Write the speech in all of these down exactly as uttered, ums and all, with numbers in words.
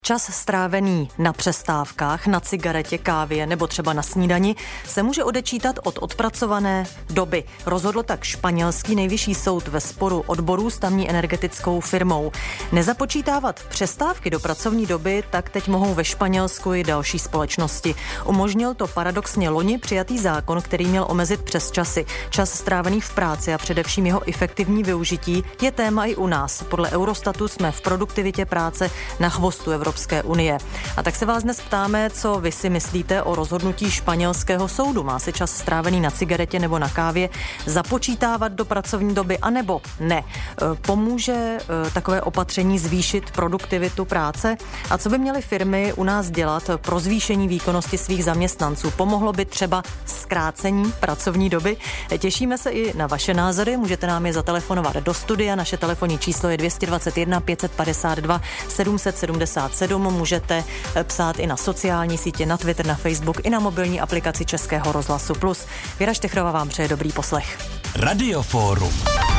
Čas strávený na přestávkách, na cigaretě, kávě nebo třeba na snídani se může odečítat od odpracované doby. Rozhodl tak španělský nejvyšší soud ve sporu odborů s tamní energetickou firmou. Nezapočítávat přestávky do pracovní doby tak teď mohou ve Španělsku i další společnosti. Umožnil to paradoxně loni přijatý zákon, který měl omezit přesčasy. Čas strávený v práci a především jeho efektivní využití je téma i u nás. Podle Eurostatu jsme v produktivitě práce na chvostu Evropy. Evropské unie. A tak se vás dnes ptáme, co vy si myslíte o rozhodnutí španělského soudu. Má se čas strávený na cigaretě nebo na kávě započítávat do pracovní doby, anebo ne? Pomůže takové opatření zvýšit produktivitu práce? A co by měly firmy u nás dělat pro zvýšení výkonnosti svých zaměstnanců? Pomohlo by třeba zkrácení pracovní doby? Těšíme se i na vaše názory. Můžete nám je zatelefonovat do studia. Naše telefonní číslo je dvě stě dvacet jedna pět set padesát dva sedm set sedmdesát sedm. Můžete psát i na sociální sítě, na Twitter, na Facebook, i na mobilní aplikaci Českého rozhlasu Plus. Věra Štechrová vám přeje dobrý poslech. Radioforum.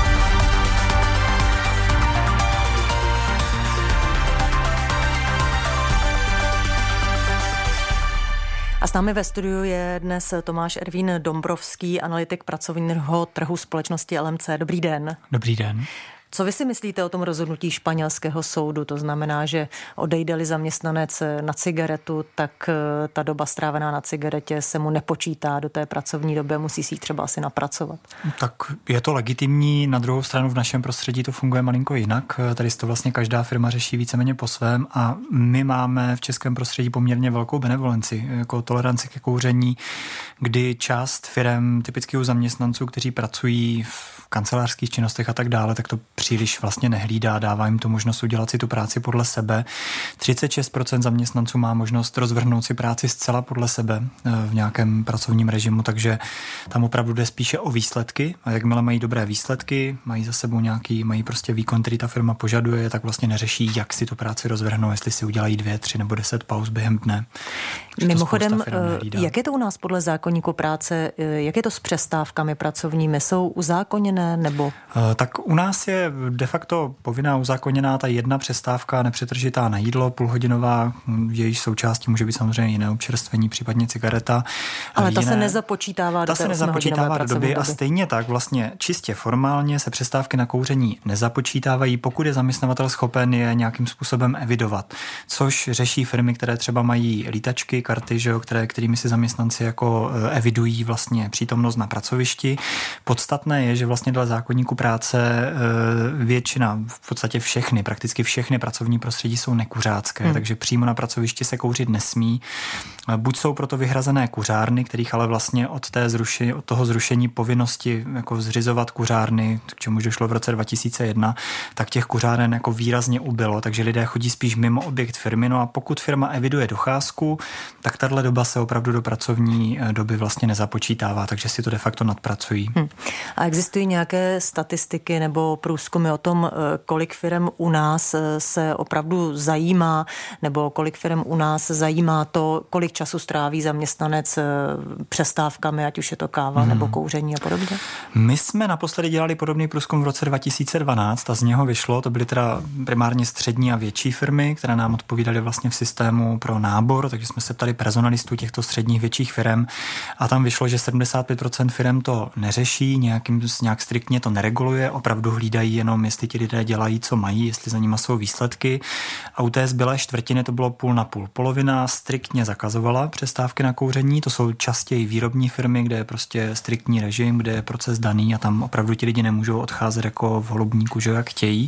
A s námi ve studiu je dnes Tomáš Ervín Dombrovský, analytik pracovního trhu společnosti L M C. Dobrý den. Dobrý den. Co vy si myslíte o tom rozhodnutí španělského soudu? To znamená, že odejde-li zaměstnanec na cigaretu, tak ta doba strávená na cigaretě se mu nepočítá do té pracovní doby, musí si ji třeba asi napracovat. Tak je to legitimní, na druhou stranu v našem prostředí to funguje malinko jinak. Tady to vlastně každá firma řeší víceméně po svém a my máme v českém prostředí poměrně velkou benevolenci, jako toleranci ke kouření, kdy část firem, typicky u zaměstnanců, kteří pracují v kancelářských činnostech a tak dále, tak to příliš vlastně nehlídá, dává jim tu možnost udělat si tu práci podle sebe. třicet šest procent zaměstnanců má možnost rozvrhnout si práci zcela podle sebe v nějakém pracovním režimu, takže tam opravdu jde spíše o výsledky a jakmile mají dobré výsledky, mají za sebou nějaký, mají prostě výkon, který ta firma požaduje, tak vlastně neřeší, jak si tu práci rozvrhnou, jestli si udělají dvě, tři nebo deset pauz během dne. Mimochodem, jak je to u nás podle zákoníku práce, jak je to s přestávkami pracovními? Jsou uzákoněné nebo? Tak u nás je de facto povinná uzákoněná ta jedna přestávka nepřetržitá na jídlo, půlhodinová, jejíž součástí může být samozřejmě jiné občerstvení, případně cigareta. Ale jiné, ta se nezapočítává do ta se nezapočítává do doby doby. A stejně tak vlastně čistě formálně se přestávky na kouření nezapočítávají, pokud je zaměstnavatel schopen je nějakým způsobem evidovat, což řeší firmy, které třeba mají lítačky, karty, že jo, které, kterými si zaměstnanci jako evidují vlastně přítomnost na pracovišti. Podstatné je, že vlastně dle zákoníku práce většina, v podstatě všechny, prakticky všechny pracovní prostředí jsou nekuřácké, hmm. takže přímo na pracovišti se kouřit nesmí. Buď jsou proto vyhrazené kuřárny, kterých ale vlastně od, té zruši, od toho zrušení povinnosti jako zřizovat kuřárny, k čemu došlo v roce dva tisíce jedna, tak těch kuřáren jako výrazně ubylo, takže lidé chodí spíš mimo objekt firmy. No a pokud firma eviduje docházku, tak tahle doba se opravdu do pracovní doby vlastně nezapočítává, takže si to de facto nadpracují. Hmm. A existují nějaké statistiky nebo průzkumy o tom, kolik firem u nás se opravdu zajímá, nebo kolik firem u nás zajímá to, kolik času stráví zaměstnanec přestávkami, ať už je to káva hmm. nebo kouření a podobně? My jsme naposledy dělali podobný průzkum v roce dva tisíce dvanáct a z něho vyšlo, to byly teda primárně střední a větší firmy, které nám odpovídaly vlastně v systému pro nábor, takže jsme se ptali personalistů těchto středních větších firem a tam vyšlo, že sedmdesát pět procent firem to neřeší, nějakým, nějak striktně to nereguluje, opravdu hlídají jenom, jestli ti lidé dělají, co mají, jestli za nimi jsou výsledky. A u té zbylé čtvrtiny to bylo půl na půl. Polovina striktně zakazovala přestávky na kouření, to jsou častěji výrobní firmy, kde je prostě striktní režim, kde je proces daný a tam opravdu ti lidi nemůžou odcházet jako v holubníku, že jak chtějí.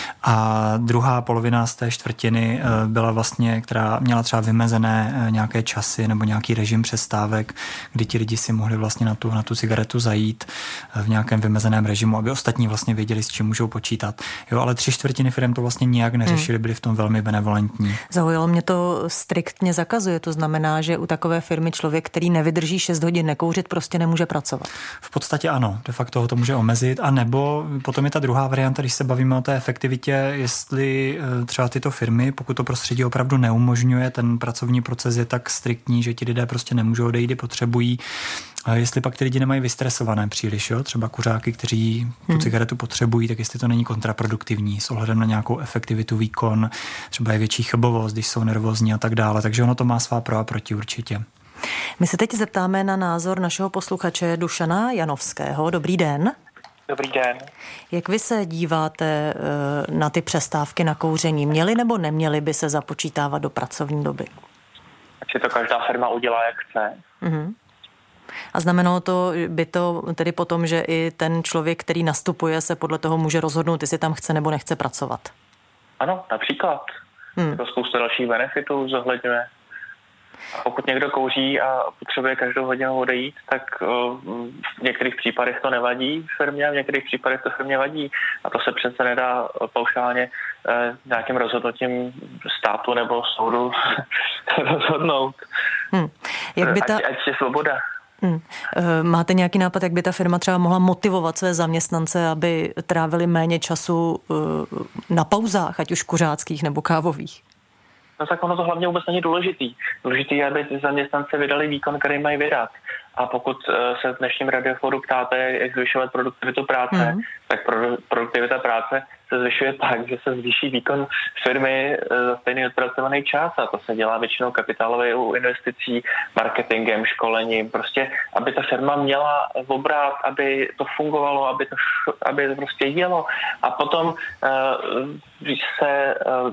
A druhá polovina z té čtvrtiny byla vlastně, která měla třeba vymezené nějaké časy nebo nějaký režim přestávek, kdy ti lidi si mohli vlastně na tu, na tu cigaretu zajít v nějakém vymezeném režimu, aby ostatní vlastně věděli, s čím můžou počítat. Jo, ale tři čtvrtiny firm to vlastně nijak neřešili, byli v tom velmi benevolentní. Zaujalo mě to striktně zakazuje, to znamená, že u takové firmy člověk, který nevydrží šest hodin nekouřit, prostě nemůže pracovat. V podstatě ano, de facto ho to může omezit, a nebo potom je ta druhá varianta, když se bavíme o té efektivitě, jestli třeba tyto firmy, pokud to prostředí opravdu neumožňuje, ten pracovní proces je tak striktní, že ti lidé prostě nemůžou odejít, potřebují, A jestli pak ty lidi nemají vystresované příliš, jo? Třeba kuřáky, kteří tu hmm. cigaretu potřebují, tak jestli to není kontraproduktivní s ohledem na nějakou efektivitu, výkon, třeba je větší chybovost, když jsou nervózní a tak dále. Takže ono to má svá pro a proti určitě. My se teď zeptáme na názor našeho posluchače Dušana Janovského. Dobrý den. Dobrý den. Jak vy se díváte na ty přestávky na kouření? Měly nebo neměly by se započítávat do pracovní doby? Tak si to každá firma udělá, jak chce. Uh-huh. A znamenalo to by to tedy potom, že i ten člověk, který nastupuje, se podle toho může rozhodnout, jestli tam chce nebo nechce pracovat? Ano, například. Hmm. To spoustu dalších benefitů zohledňuje. A pokud někdo kouří a potřebuje každou hodinu odejít, tak v některých případech to nevadí firmě a v některých případech to firmě vadí. A to se přece nedá paušálně nějakým rozhodnutím státu nebo soudu rozhodnout. Hmm. Jak by ta... ať, ať je svoboda. Hmm. Máte nějaký nápad, jak by ta firma třeba mohla motivovat své zaměstnance, aby trávili méně času na pauzách, ať už kuřáckých nebo kávových? No tak ono to hlavně vůbec není důležitý. Důležitý je, aby zaměstnanci vydali výkon, který mají vydat. A pokud se v dnešním radioforu ptáte, jak zvyšovat produktivitu práce, mm. tak produktivita práce se zvyšuje tak, že se zvýší výkon firmy za stejný odpracovaný čas. A to se dělá většinou kapitálovou investicí, marketingem, školením. Prostě, aby ta firma měla obrat, aby to fungovalo, aby to, aby to prostě jelo. A potom uh, se uh,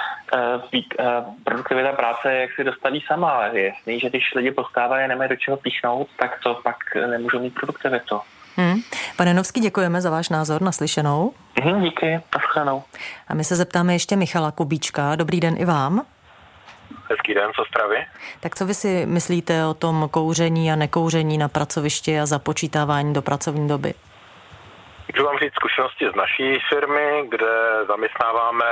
uh, produktivita práce jak si dostaví sama. Je jasný, že když lidi postávají a nemají do čeho píchnout, tak to pak nemůžou mít produktivitu. Hmm. Pane Novský, děkujeme za váš názor, naslyšenou. Hmm, díky, naslyšenou. A my se zeptáme ještě Michala Kubíčka. Dobrý den i vám. Hezký den z Ostravy. Tak co vy si myslíte o tom kouření a nekouření na pracovišti a započítávání do pracovní doby? Můžu vám říct zkušenosti z naší firmy, kde zaměstnáváme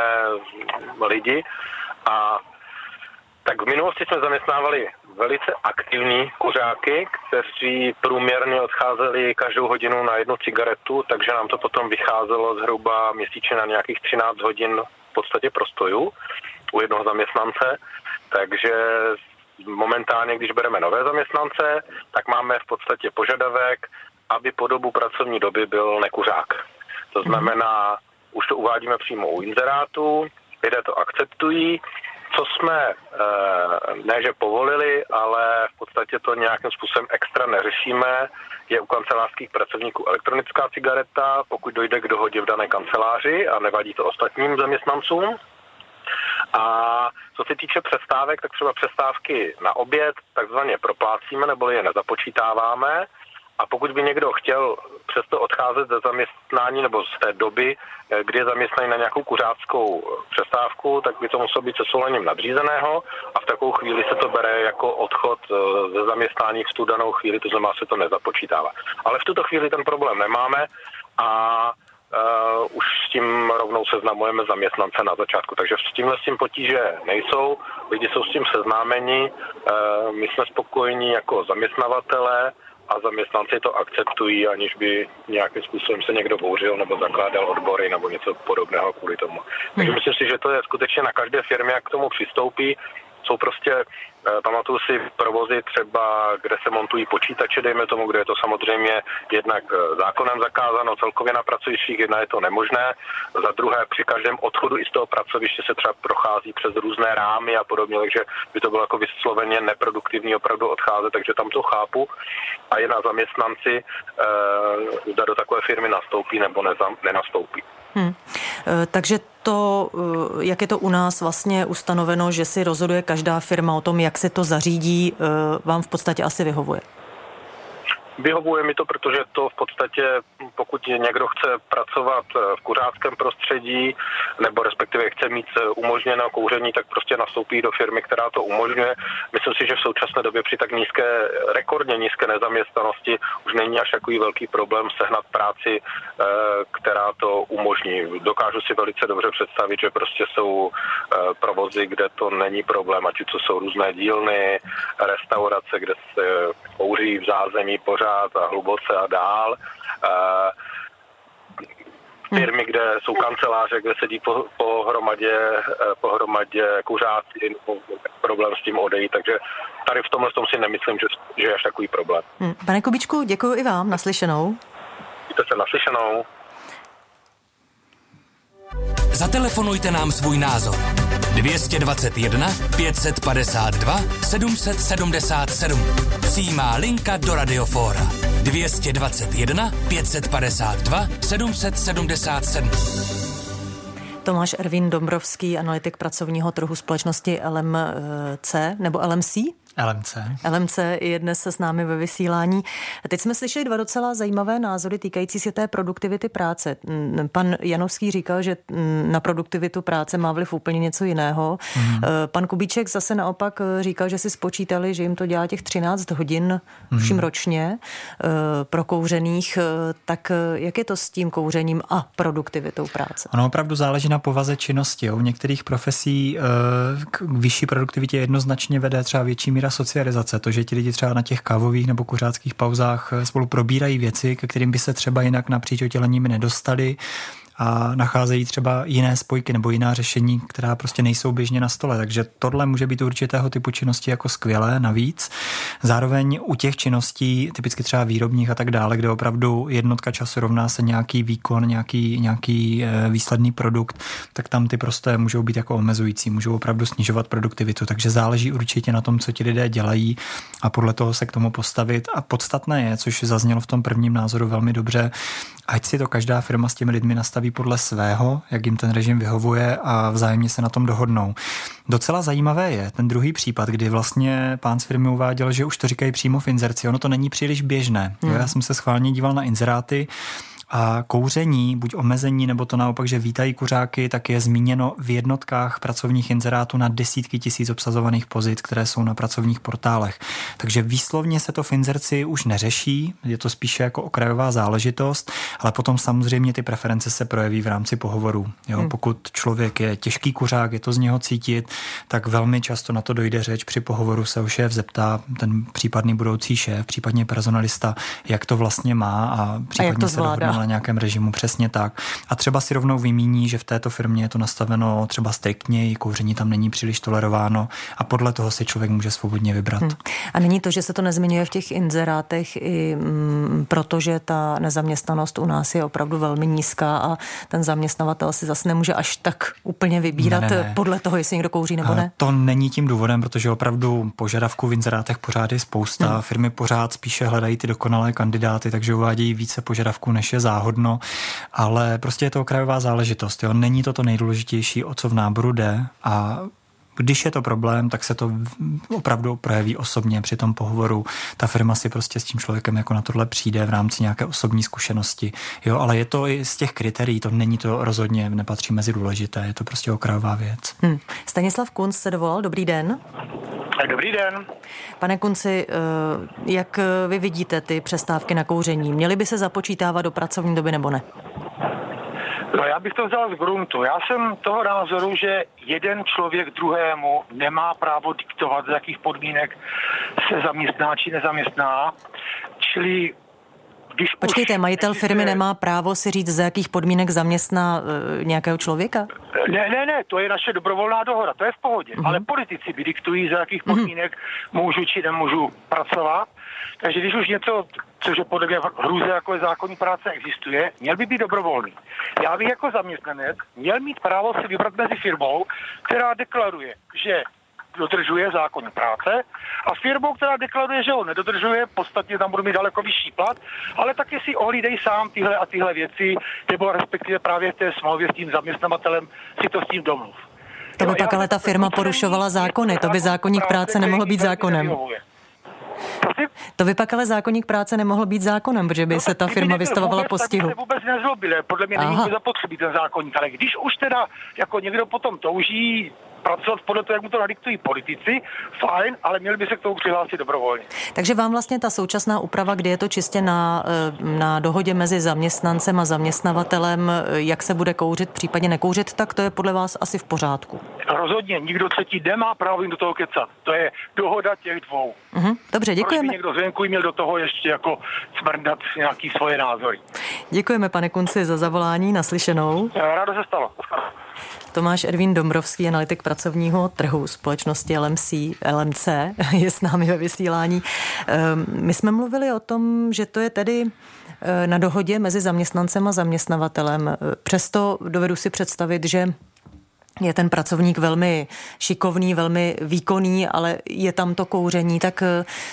lidi a tak v minulosti jsme zaměstnávali velice aktivní kuřáky, kteří průměrně odcházeli každou hodinu na jednu cigaretu, takže nám to potom vycházelo zhruba měsíčně na nějakých třináct hodin v podstatě prostoju u jednoho zaměstnance. Takže momentálně, když bereme nové zaměstnance, tak máme v podstatě požadavek, aby po dobu pracovní doby byl nekuřák. To znamená, už to uvádíme přímo u inzerátu, lidé to akceptují. Co jsme ne, že povolili, ale v podstatě to nějakým způsobem extra neřešíme, je u kancelářských pracovníků elektronická cigareta, pokud dojde k dohodě v dané kanceláři a nevadí to ostatním zaměstnancům. A co se týče přestávek, tak třeba přestávky na oběd takzvaně proplácíme, nebo je nezapočítáváme. A pokud by někdo chtěl přesto odcházet ze zaměstnání nebo z té doby, kdy je zaměstnaný na nějakou kuřáckou přestávku, tak by to muselo být se svolením nadřízeného a v takovou chvíli se to bere jako odchod ze zaměstnání v tu danou chvíli, to znamená, se to nezapočítává. Ale v tuto chvíli ten problém nemáme a Uh, už s tím rovnou seznamujeme zaměstnance na začátku. Takže s tímhle s tím potíže nejsou, lidi jsou s tím seznámeni, uh, my jsme spokojení jako zaměstnavatele a zaměstnanci to akceptují, aniž by nějakým způsobem se někdo bouřil nebo zakládal odbory nebo něco podobného kvůli tomu. Takže hmm. myslím si, že to je skutečně na každé firmě, jak k tomu přistoupí. Jsou prostě, pamatuju si provozy třeba, kde se montují počítače, dejme tomu, kde je to samozřejmě jednak zákonem zakázáno celkově na pracovištích, jedna je to nemožné, za druhé při každém odchodu i z toho pracoviště se třeba prochází přes různé rámy a podobně, takže by to bylo jako vysloveně neproduktivní opravdu odcházet, takže tam to chápu a je na zaměstnanci, zda do takové firmy nastoupí nebo nenastoupí. Hmm. Takže to, jak je to u nás vlastně ustanoveno, že si rozhoduje každá firma o tom, jak se to zařídí, vám v podstatě asi vyhovuje? Vyhovuje mi to, protože to v podstatě, pokud někdo chce pracovat v kuřáckém prostředí, nebo respektive chce mít umožněno kouření, tak prostě nastoupí do firmy, která to umožňuje. Myslím si, že v současné době při tak nízké, rekordně nízké nezaměstnanosti už není až takový velký problém sehnat práci, která to umožní. Dokážu si velice dobře představit, že prostě jsou provozy, kde to není problém, ať to jsou různé dílny, restaurace, kde se kouří v zázemí pořád a hluboce a dál. Firmy, kde jsou kanceláře, kde sedí po, pohromadě, pohromadě kuřáci, problém s tím odejít, takže tady v tomhle tom si nemyslím, že, že je až takový problém. Hmm. Pane Kubíčku, děkuji i vám, naslyšenou. Mějte se, naslyšenou. Zatelefonujte nám svůj názor. dvě dvacet jedna pět padesát dva sedm set sedmdesát sedm. Přímá linka do Radiofóra. dvě dvacet jedna pět padesát dva sedm set sedmdesát sedm. Tomáš Ervín Dombrovský, analytik pracovního trhu společnosti L M C nebo L M C? L M C. L M C je dnes s námi ve vysílání. Teď jsme slyšeli dva docela zajímavé názory týkající se té produktivity práce. Pan Janovský říkal, že na produktivitu práce má vliv úplně něco jiného. Mm. Pan Kubíček zase naopak říkal, že si spočítali, že jim to dělá těch třináct hodin mm. vším ročně pro kouřených. Tak jak je to s tím kouřením a produktivitou práce? Ono opravdu záleží na povaze činnosti. U některých profesí k vyšší produktivitě jednoznačně vede třeba větší míra socializace. To, že ti lidi třeba na těch kávových nebo kuřáckých pauzách spolu probírají věci, ke kterým by se třeba jinak napříč odděleními nedostali, a nacházejí třeba jiné spojky nebo jiná řešení, která prostě nejsou běžně na stole. Takže tohle může být určitého typu činnosti jako skvělé navíc. Zároveň u těch činností, typicky třeba výrobních a tak dále, kde opravdu jednotka času rovná se nějaký výkon, nějaký, nějaký výsledný produkt, tak tam ty prostě můžou být jako omezující, můžou opravdu snižovat produktivitu. Takže záleží určitě na tom, co ti lidé dělají a podle toho se k tomu postavit. A podstatné je, což zaznělo v tom prvním názoru velmi dobře, ať si to každá firma s těmi lidmi nastaví podle svého, jak jim ten režim vyhovuje a vzájemně se na tom dohodnou. Docela zajímavé je ten druhý případ, kdy vlastně pán z firmy uváděl, že už to říkají přímo v inzerci. Ono to není příliš běžné. Hmm. Jo, já jsem se schválně díval na inzeráty a kouření, buď omezení, nebo to naopak, že vítají kuřáky, tak je zmíněno v jednotkách pracovních inzerátů na desítky tisíc obsazovaných pozic, které jsou na pracovních portálech. Takže výslovně se to v inzerci už neřeší, je to spíše jako okrajová záležitost, ale potom samozřejmě ty preference se projeví v rámci pohovorů. Jo, hmm. Pokud člověk je těžký kuřák, je to z něho cítit, tak velmi často na to dojde řeč. Při pohovoru se ho šéf zeptá, ten případný budoucí šéf, případně personalista, jak to vlastně má a případně a se dohodne na nějakém režimu, přesně tak. A třeba si rovnou vymíní, že v této firmě je to nastaveno třeba striktněji, kouření tam není příliš tolerováno a podle toho si člověk může svobodně vybrat. Hmm. A není to, že se to nezmiňuje v těch inzerátech i mm, protože ta nezaměstnanost u nás je opravdu velmi nízká a ten zaměstnavatel si zase nemůže až tak úplně vybírat ne, ne, ne. podle toho, jestli někdo kouří nebo ne? To není tím důvodem, protože opravdu požadavků v inzerátech pořád je spousta. Hmm. Firmy pořád spíše hledají ty dokonalé kandidáty, takže uvádějí více požadavků, než je záhodno, ale prostě je to okrajová záležitost. Jo? Není to to nejdůležitější, o co v náboru jde a když je to problém, tak se to opravdu projeví osobně při tom pohovoru. Ta firma si prostě s tím člověkem jako na tohle přijde v rámci nějaké osobní zkušenosti. Jo, ale je to i z těch kritérií, to není to rozhodně, nepatří mezi důležité, je to prostě okrajová věc. Hmm. Stanislav Kunc se dovolal, dobrý den. Dobrý den. Pane Kunci, jak vy vidíte ty přestávky na kouření? Měly by se započítávat do pracovní doby nebo ne? No já bych to vzal z gruntu. Já jsem toho názoru, že jeden člověk druhému nemá právo diktovat, z jakých podmínek se zaměstná či nezaměstná. Čili když Počkejte, majitel existuje... firmy nemá právo si říct, za jakých podmínek zaměstná uh, nějakého člověka? Ne, ne, ne, to je naše dobrovolná dohoda, to je v pohodě. Uh-huh. Ale politici by diktují, za jakých podmínek uh-huh. můžu či nemůžu pracovat. Takže když už něco, což je podle mě hrůze, jako je zákonní práce, existuje, měl by být dobrovolný. Já bych jako zaměstnanec měl mít právo si vybrat mezi firmou, která deklaruje, že dodržuje zákonní práce a s firmou, která deklaruje, že ho nedodržuje, podstatně tam budu mít daleko vyšší plat, ale taky si ohlídej sám tyhle a tyhle věci, nebo respektive právě v té smlouvě s tím zaměstnavatelem si to s tím domluv. To by pak ale ta firma porušovala zákony, to by zákonník práce nemohl být zákonem. To by pak ale zákoník práce nemohl být zákonem, protože by no, se ta firma vystavovala postihu. Tak by se vůbec nezlobili, podle mě není zapotřebí ten zákoník, ale když už teda jako někdo potom touží pracovat podle toho, jak mu to nadiktují politici, fajn, ale měli by se k tomu přihlásit dobrovolně. Takže vám vlastně ta současná úprava, kdy je to čistě na, na dohodě mezi zaměstnancem a zaměstnavatelem, jak se bude kouřit, případně nekouřit, tak to je podle vás asi v pořádku? Rozhodně, nikdo třetí nemá právo jim do toho kecat. To je dohoda těch dvou. Uh-huh. Dobře, děkujeme. Proč by někdo zvenku měl do toho ještě jako smrdat nějaký svoje názory. Děkujeme, pane Kunci, za zavolání, naslyšenou. Rádo se stalo. Tomáš Ervín Dombrovský, analytik pracovního trhu společnosti L M C, L M C, je s námi ve vysílání. My jsme mluvili o tom, že to je tedy na dohodě mezi zaměstnancem a zaměstnavatelem. Přesto dovedu si představit, že je ten pracovník velmi šikovný, velmi výkonný, ale je tam to kouření, tak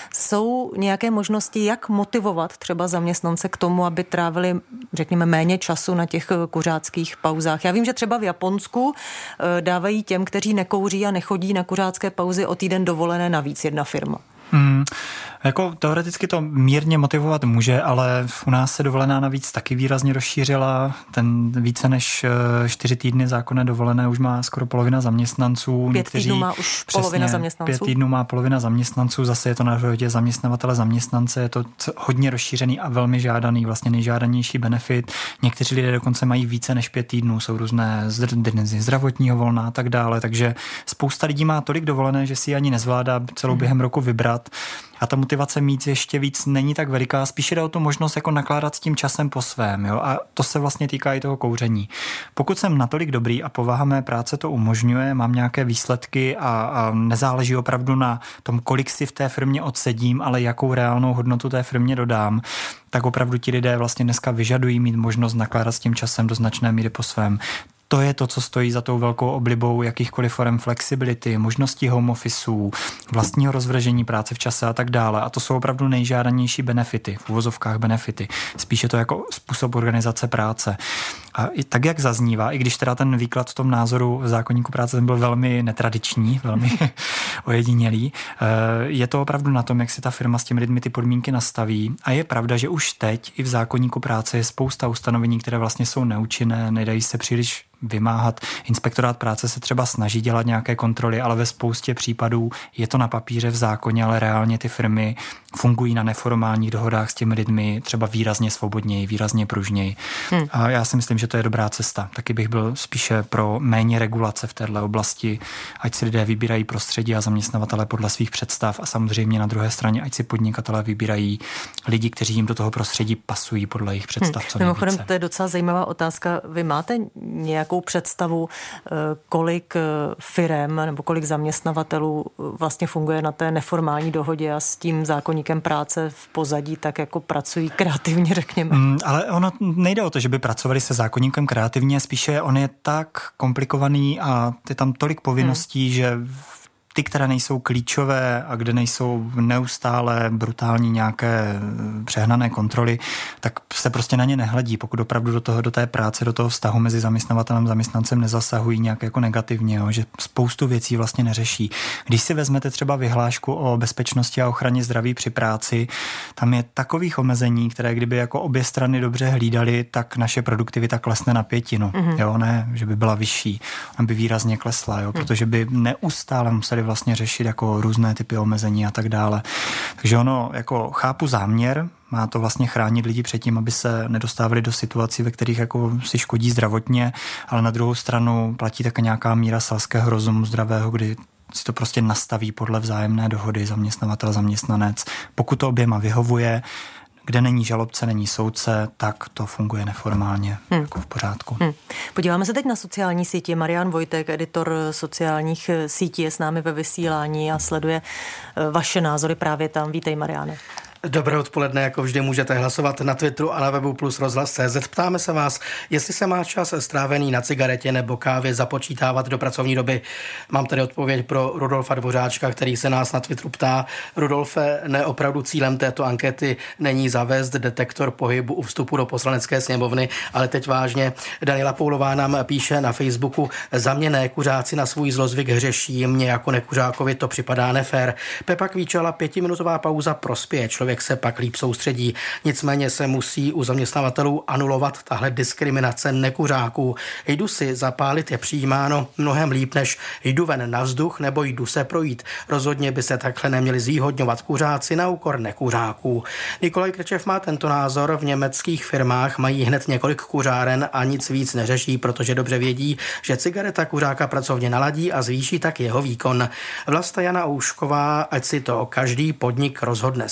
jsou nějaké možnosti, jak motivovat třeba zaměstnance k tomu, aby trávili, řekněme, méně času na těch kuřáckých pauzách. Já vím, že třeba v Japonsku dávají těm, kteří nekouří a nechodí na kuřácké pauzy, o týden dovolené navíc jedna firma. Hmm. Jako teoreticky to mírně motivovat může, ale u nás se dovolená navíc taky výrazně rozšířila. Ten více než čtyři týdny zákonné dovolené už má skoro polovina zaměstnanců. Pět Někteří, týdnů má už přesně, polovina zaměstnanců. Pět týdnů má polovina zaměstnanců, zase je to na dohodě zaměstnavatele zaměstnance, je to hodně rozšířený a velmi žádaný, vlastně nejžádanější benefit. Někteří lidé dokonce mají více než pět týdnů, jsou různé dny zdravotního volna a tak dále, takže spousta lidí má tolik dovolené, že si ani nezvládá celou během roku vybrat. A ta motivace mít ještě víc není tak veliká, spíše jde o tu možnost jako nakládat s tím časem po svém. Jo? A to se vlastně týká i toho kouření. Pokud jsem natolik dobrý a povaha mé práce to umožňuje, mám nějaké výsledky a, a nezáleží opravdu na tom, kolik si v té firmě odsedím, ale jakou reálnou hodnotu té firmě dodám, tak opravdu ti lidé vlastně dneska vyžadují mít možnost nakládat s tím časem do značné míry po svém. To je to, co stojí za tou velkou oblibou jakýchkoliv forem flexibility, možností home officeů, vlastního rozvržení práce v čase a tak dále. A to jsou opravdu nejžádanější benefity, v uvozovkách benefity. Spíše to jako způsob organizace práce. A i tak, jak zaznívá, i když teda ten výklad v tom názoru v zákoníku práce ten byl velmi netradiční, velmi ojedinělý, je to opravdu na tom, jak si ta firma s těmi lidmi ty podmínky nastaví. A je pravda, že už teď i v zákoníku práce je spousta ustanovení, které vlastně jsou neúčinné, nedají se příliš vymáhat. Inspektorát práce se třeba snaží dělat nějaké kontroly, ale ve spoustě případů je to na papíře v zákoně, ale reálně ty firmy fungují na neformálních dohodách s těmi lidmi třeba výrazně svobodněji, výrazně pružněji. Hmm. A já si myslím, že to je dobrá cesta. Taky bych byl spíše pro méně regulace v této oblasti, ať si lidé vybírají prostředí a zaměstnavatele podle svých představ a samozřejmě na druhé straně, ať si podnikatelé vybírají lidi, kteří jim do toho prostředí pasují podle jejich představ. Hmm. Mimochodem, to je docela zajímavá otázka. Vy máte nějakou představu, kolik firem nebo kolik zaměstnavatelů vlastně funguje na té neformální dohodě a s tím zákoníkem práce v pozadí tak jako pracují kreativně, řekněme? Mm, ale ono nejde o to, že by pracovali se zákoníkem kreativně, spíše on je tak komplikovaný a je tam tolik povinností, hmm. že ty, které nejsou klíčové a kde nejsou neustále brutální nějaké přehnané kontroly, tak se prostě na ně nehledí, pokud opravdu do toho, do té práce, do toho vztahu mezi zaměstnavatelem a zaměstnancem nezasahují nějak jako negativně, jo, že spoustu věcí vlastně neřeší. Když si vezmete třeba vyhlášku o bezpečnosti a ochraně zdraví při práci, tam je takových omezení, které kdyby jako obě strany dobře hlídaly, tak naše produktivita klesne na pětinu. Mm-hmm. Jo, ne, že by byla vyšší. Ona by výrazně klesla, jo, protože by neustále museli vlastně řešit jako různé typy omezení a tak dále. Takže ono, jako chápu záměr, má to vlastně chránit lidi před tím, aby se nedostávali do situací, ve kterých jako si škodí zdravotně, ale na druhou stranu platí také nějaká míra selského rozumu zdravého, kdy si to prostě nastaví podle vzájemné dohody zaměstnavatel, zaměstnanec. Pokud to oběma vyhovuje, kde není žalobce, není soudce, tak to funguje neformálně, hmm. jako v pořádku. Hmm. Podíváme se teď na sociální sítě. Marian Vojtek, editor sociálních sítí, je s námi ve vysílání a sleduje vaše názory právě tam. Vítej, Mariane. Dobré odpoledne, jako vždy můžete hlasovat na Twitteru a na webu plus rozhlas tečka cé zet. Ptáme se vás, jestli se má čas strávený na cigaretě nebo kávě započítávat do pracovní doby. Mám tady odpověď pro Rudolfa Dvořáčka, který se nás na Twitteru ptá. Rudolfe, ne, opravdu cílem této ankety není zavést detektor pohybu u vstupu do poslanecké sněmovny, ale teď vážně. Daniela Poulová nám píše na Facebooku, za mě ne, kuřáci na svůj zlozvyk hřeší, mně jako nekuřákovi to připadá nefér. Pepa Kvíčala, pětiminutová pauza prospěje, člověk se pak líp soustředí. Nicméně se musí u zaměstnavatelů anulovat tahle diskriminace nekuřáků. Jdu si zapálit je přijímáno mnohem líp, než jdu ven na vzduch nebo jdu se projít. Rozhodně by se takhle neměli zvýhodňovat kuřáci na úkor nekuřáků. Nikolaj Krčev má tento názor. V německých firmách mají hned několik kuřáren a nic víc neřeší, protože dobře vědí, že cigareta kuřáka pracovně naladí a zvýší tak jeho výkon. Vlasta Jana Oušková, ať si to každý podnik rozhodne sám,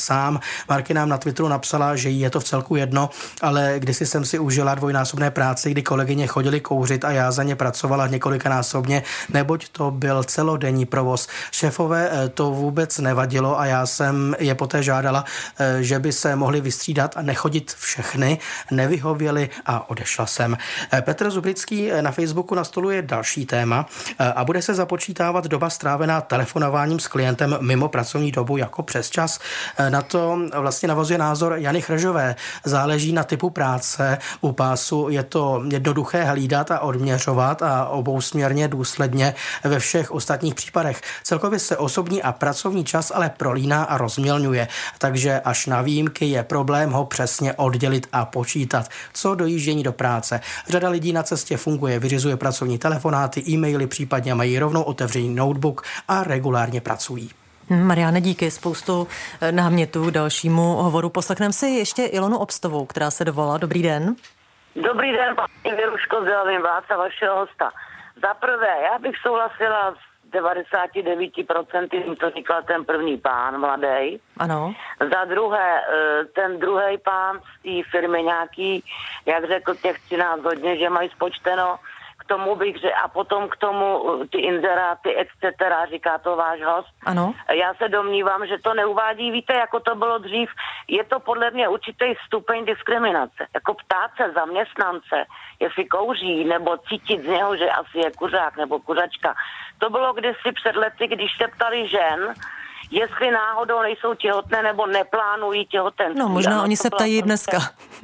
Marky nám na Twitteru napsala, že jí je to v celku jedno, ale kdysi jsem si užila dvojnásobné práci, kdy kolegyně chodili kouřit a já za ně pracovala několikanásobně, neboť to byl celodenní provoz. Šéfové to vůbec nevadilo a já jsem je poté žádala, že by se mohli vystřídat a nechodit všechny, nevyhověli a odešla jsem. Petr Zubrický na Facebooku nastoluje další téma a bude se započítávat doba strávená telefonováním s klientem mimo pracovní dobu jako přesčas. Na to vlastně navazuje názor Jany Chržové. Záleží na typu práce. U pásu je to jednoduché hlídat a odměřovat a obousměrně důsledně ve všech ostatních případech. Celkově se osobní a pracovní čas ale prolíná a rozmělňuje, takže až na výjimky je problém ho přesně oddělit a počítat. Co dojíždění do práce. Řada lidí na cestě funguje, vyřizuje pracovní telefonáty, e-maily, případně mají rovnou otevřený notebook a regulárně pracují. Mariáne, díky, spoustu námětů dalšímu hovoru. Poslechneme si ještě Ilonu Obstovou, která se dovolala. Dobrý den. Dobrý den, paní Věruško, zdravím vás a vašeho hosta. Za prvé, já bych souhlasila s devadesát devět procent, to říkal ten první pán, mladý. Ano. Za druhé, ten druhý pán z té firmy nějaký, jak řekl, těch třináct hodin, že mají spočteno, k tomu bych řekl, a potom k tomu ty inzeráty, et cetera, říká to váš host. Ano. Já se domnívám, že to neuvádí, víte, jako to bylo dřív, je to podle mě určitý stupeň diskriminace. Jako ptát se zaměstnance, jestli kouří, nebo cítit z něho, že asi je kuřák nebo kuřačka. To bylo kdysi před lety, když se ptali žen, jestli náhodou nejsou těhotné nebo neplánují těhotenství. No možná ano, oni se ptají dneska.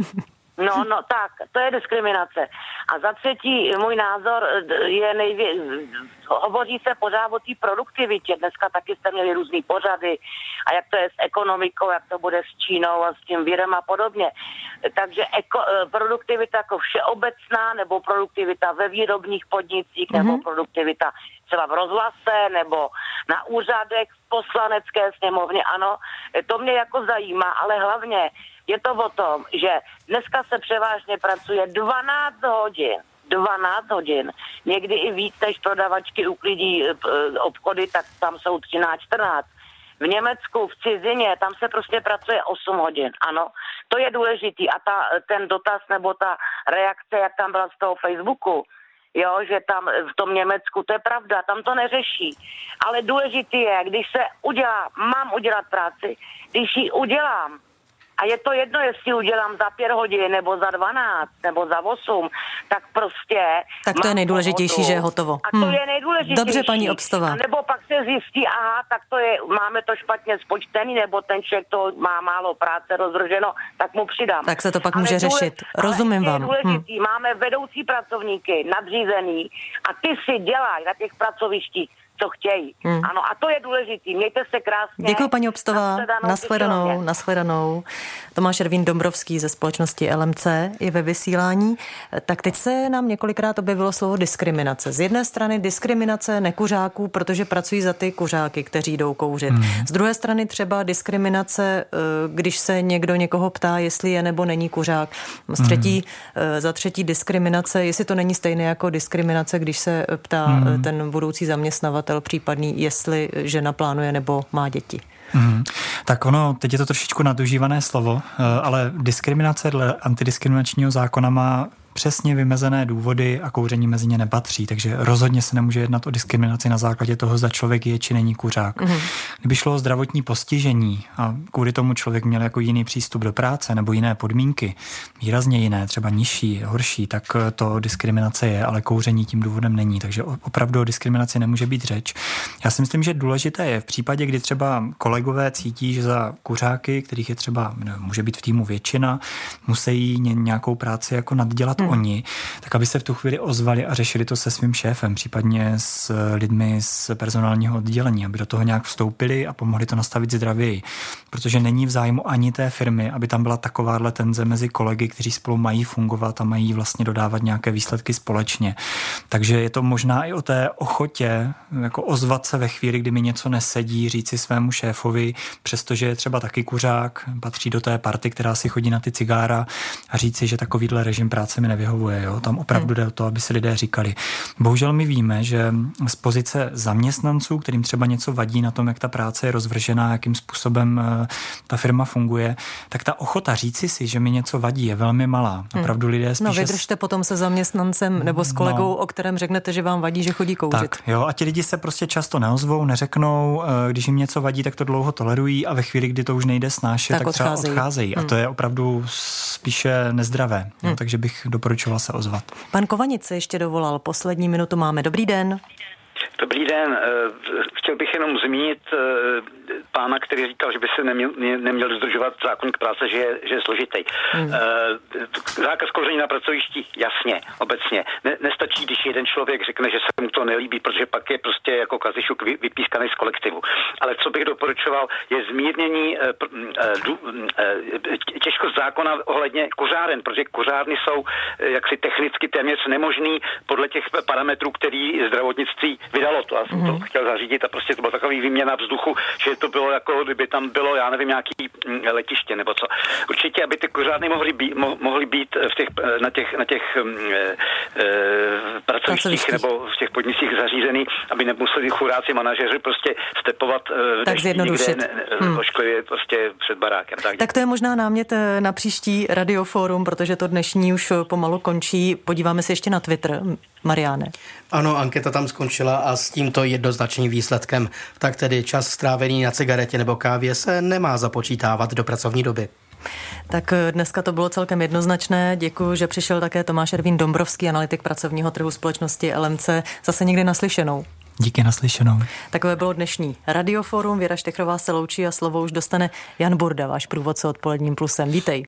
No, no tak, to je diskriminace. A za třetí, můj názor je nejvě... hovoří se pořád o té produktivitě. Dneska taky jste měli různý pořady a jak to je s ekonomikou, jak to bude s Čínou a s tím virem a podobně. Takže eko... produktivita jako všeobecná, nebo produktivita ve výrobních podnicích, mm-hmm. nebo produktivita třeba v rozhlase, nebo na úřadech, v poslanecké sněmovně, ano, to mě jako zajímá, ale hlavně je to o tom, že dneska se převážně pracuje dvanáct hodin. dvanáct hodin. Někdy i víc, než prodavačky uklidí obchody, tak tam jsou třináct čtrnáct. V Německu, v cizině, tam se prostě pracuje osm hodin. Ano, to je důležitý. A ta, ten dotaz nebo ta reakce, jak tam byla z toho Facebooku, jo, že tam v tom Německu, to je pravda, tam to neřeší. Ale důležitý je, když se udělá, mám udělat práci, když ji udělám, a je to jedno, jestli udělám za pět hodin, nebo za dvanáct, nebo za osm, tak prostě... Tak to je nejdůležitější, pohodu. že je hotovo. A to hmm. je nejdůležitější. Dobře, paní Obstová. A nebo pak se zjistí, aha, tak to je, máme to špatně spočtený, nebo ten člověk to má málo práce rozvrženo, tak mu přidám. Tak se to pak ale může důle, řešit. Rozumím vám. Ale je důležitý, hmm. máme vedoucí pracovníky, nadřízený, a ty si dělají na těch pracovištích, co chtějí. Hmm. Ano, a to je důležitý. Mějte se krásně. Děkuji, paní Obstová. Nashledanou, nashledanou. Tomáš Ervín Dombrovský ze společnosti L M C je ve vysílání. Tak teď se nám několikrát objevilo slovo diskriminace. Z jedné strany diskriminace nekuřáků, protože pracují za ty kuřáky, kteří jdou kouřit. Hmm. Z druhé strany třeba diskriminace, když se někdo někoho ptá, jestli je nebo není kuřák. Z třetí, hmm. Za třetí diskriminace, jestli to není stejné jako diskriminace, když se ptá hmm. ten budoucí zaměstnavatel případný, jestli žena plánuje nebo má děti. Hmm. Tak ono, teď je to trošičku nadužívané slovo, ale diskriminace dle antidiskriminačního zákona má přesně vymezené důvody a kouření mezi ně nepatří, takže rozhodně se nemůže jednat o diskriminaci na základě toho, zda člověk je či není kuřák. Mm. Kdyby šlo o zdravotní postižení a kvůli tomu člověk měl jako jiný přístup do práce nebo jiné podmínky, výrazně jiné, třeba nižší, horší, tak to diskriminace je, ale kouření tím důvodem není, takže opravdu o diskriminaci nemůže být řeč. Já si myslím, že důležité je v případě, kdy třeba kolegové cítí, že za kuřáky, kterých je třeba, může být v týmu většina, musí nějakou práci jako naddělat hmm. oni, tak aby se v tu chvíli ozvali a řešili to se svým šéfem, případně s lidmi z personálního oddělení, aby do toho nějak vstoupili a pomohli to nastavit zdravěji. Protože není v zájmu ani té firmy, aby tam byla takováhle tenze mezi kolegy, kteří spolu mají fungovat a mají vlastně dodávat nějaké výsledky společně. Takže je to možná i o té ochotě jako ozvat se ve chvíli, kdy mi něco nesedí, říci svému šéfovi, přestože je třeba taky kuřák, patří do té party, která si chodí na ty cigára, a říci, že takovýhle režim práce mi nevyhovuje. Jo? Tam opravdu jde o to, aby si lidé říkali. Bohužel my víme, že z pozice zaměstnanců, kterým třeba něco vadí na tom, jak ta práce práce je rozvržená, jakým způsobem ta firma funguje, tak ta ochota říci si, že mi něco vadí, je velmi malá. Opravdu lidé spíše... No vydržte potom se zaměstnancem nebo s kolegou, no, o kterém řeknete, že vám vadí, že chodí kouřit. Tak, jo, a ti lidi se prostě často neozvou, neřeknou, když jim něco vadí, tak to dlouho tolerují a ve chvíli, kdy to už nejde snášet, tak, tak třeba odcházejí. odcházejí. Hmm. A to je opravdu spíše nezdravé, hmm. jo, takže bych doporučoval se ozvat. Pan Kovanic se ještě dovolal, poslední minutu máme. Dobrý den. Dobrý den. Chtěl bych jenom zmínit pána, který říkal, že by se neměl, neměl zdržovat zákoník práce, že je, že je složitý. Hmm. Zákaz kouření na pracovišti, jasně, obecně. Ne, nestačí, když jeden člověk řekne, že se mu to nelíbí, protože pak je prostě jako kazišuk vypískaný z kolektivu. Ale co bych doporučoval, je zmírnění těžkost zákona ohledně kuřáren, protože kuřárny jsou jaksi technicky téměř nemožný podle těch parametrů, který zdravotnictví vydalo to. Já jsem mm-hmm. to chtěl zařídit a prostě to byla takový výměna vzduchu, že to bylo jako, kdyby tam bylo, já nevím, nějaký letiště nebo co. Určitě, aby ty kuřárny mohly být, mo, mohly být v těch, na těch, na těch e, e, pracovištích nebo v těch podnicích zařízený, aby nemuseli churáci manažeři prostě stepovat e, tak zjednodušit. Ne, hmm. ošklivě prostě před barákem. Tak, tak to je možná námět na příští Radioforum, protože to dnešní už pomalu končí. Podíváme se ještě na Twitter. Mariáne. Ano, anketa tam skončila a s tímto jednoznačným výsledkem. Tak tedy čas strávený na cigaretě nebo kávě se nemá započítávat do pracovní doby. Tak dneska to bylo celkem jednoznačné. Děkuji, že přišel také Tomáš Ervín Dombrovský, analytik pracovního trhu společnosti L M C. Zase někdy naslyšenou. Díky, naslyšenou. Takové bylo dnešní Radioforum. Věra Štechrová se loučí a slovo už dostane Jan Burda, váš průvodce Odpoledním plusem. Vítej.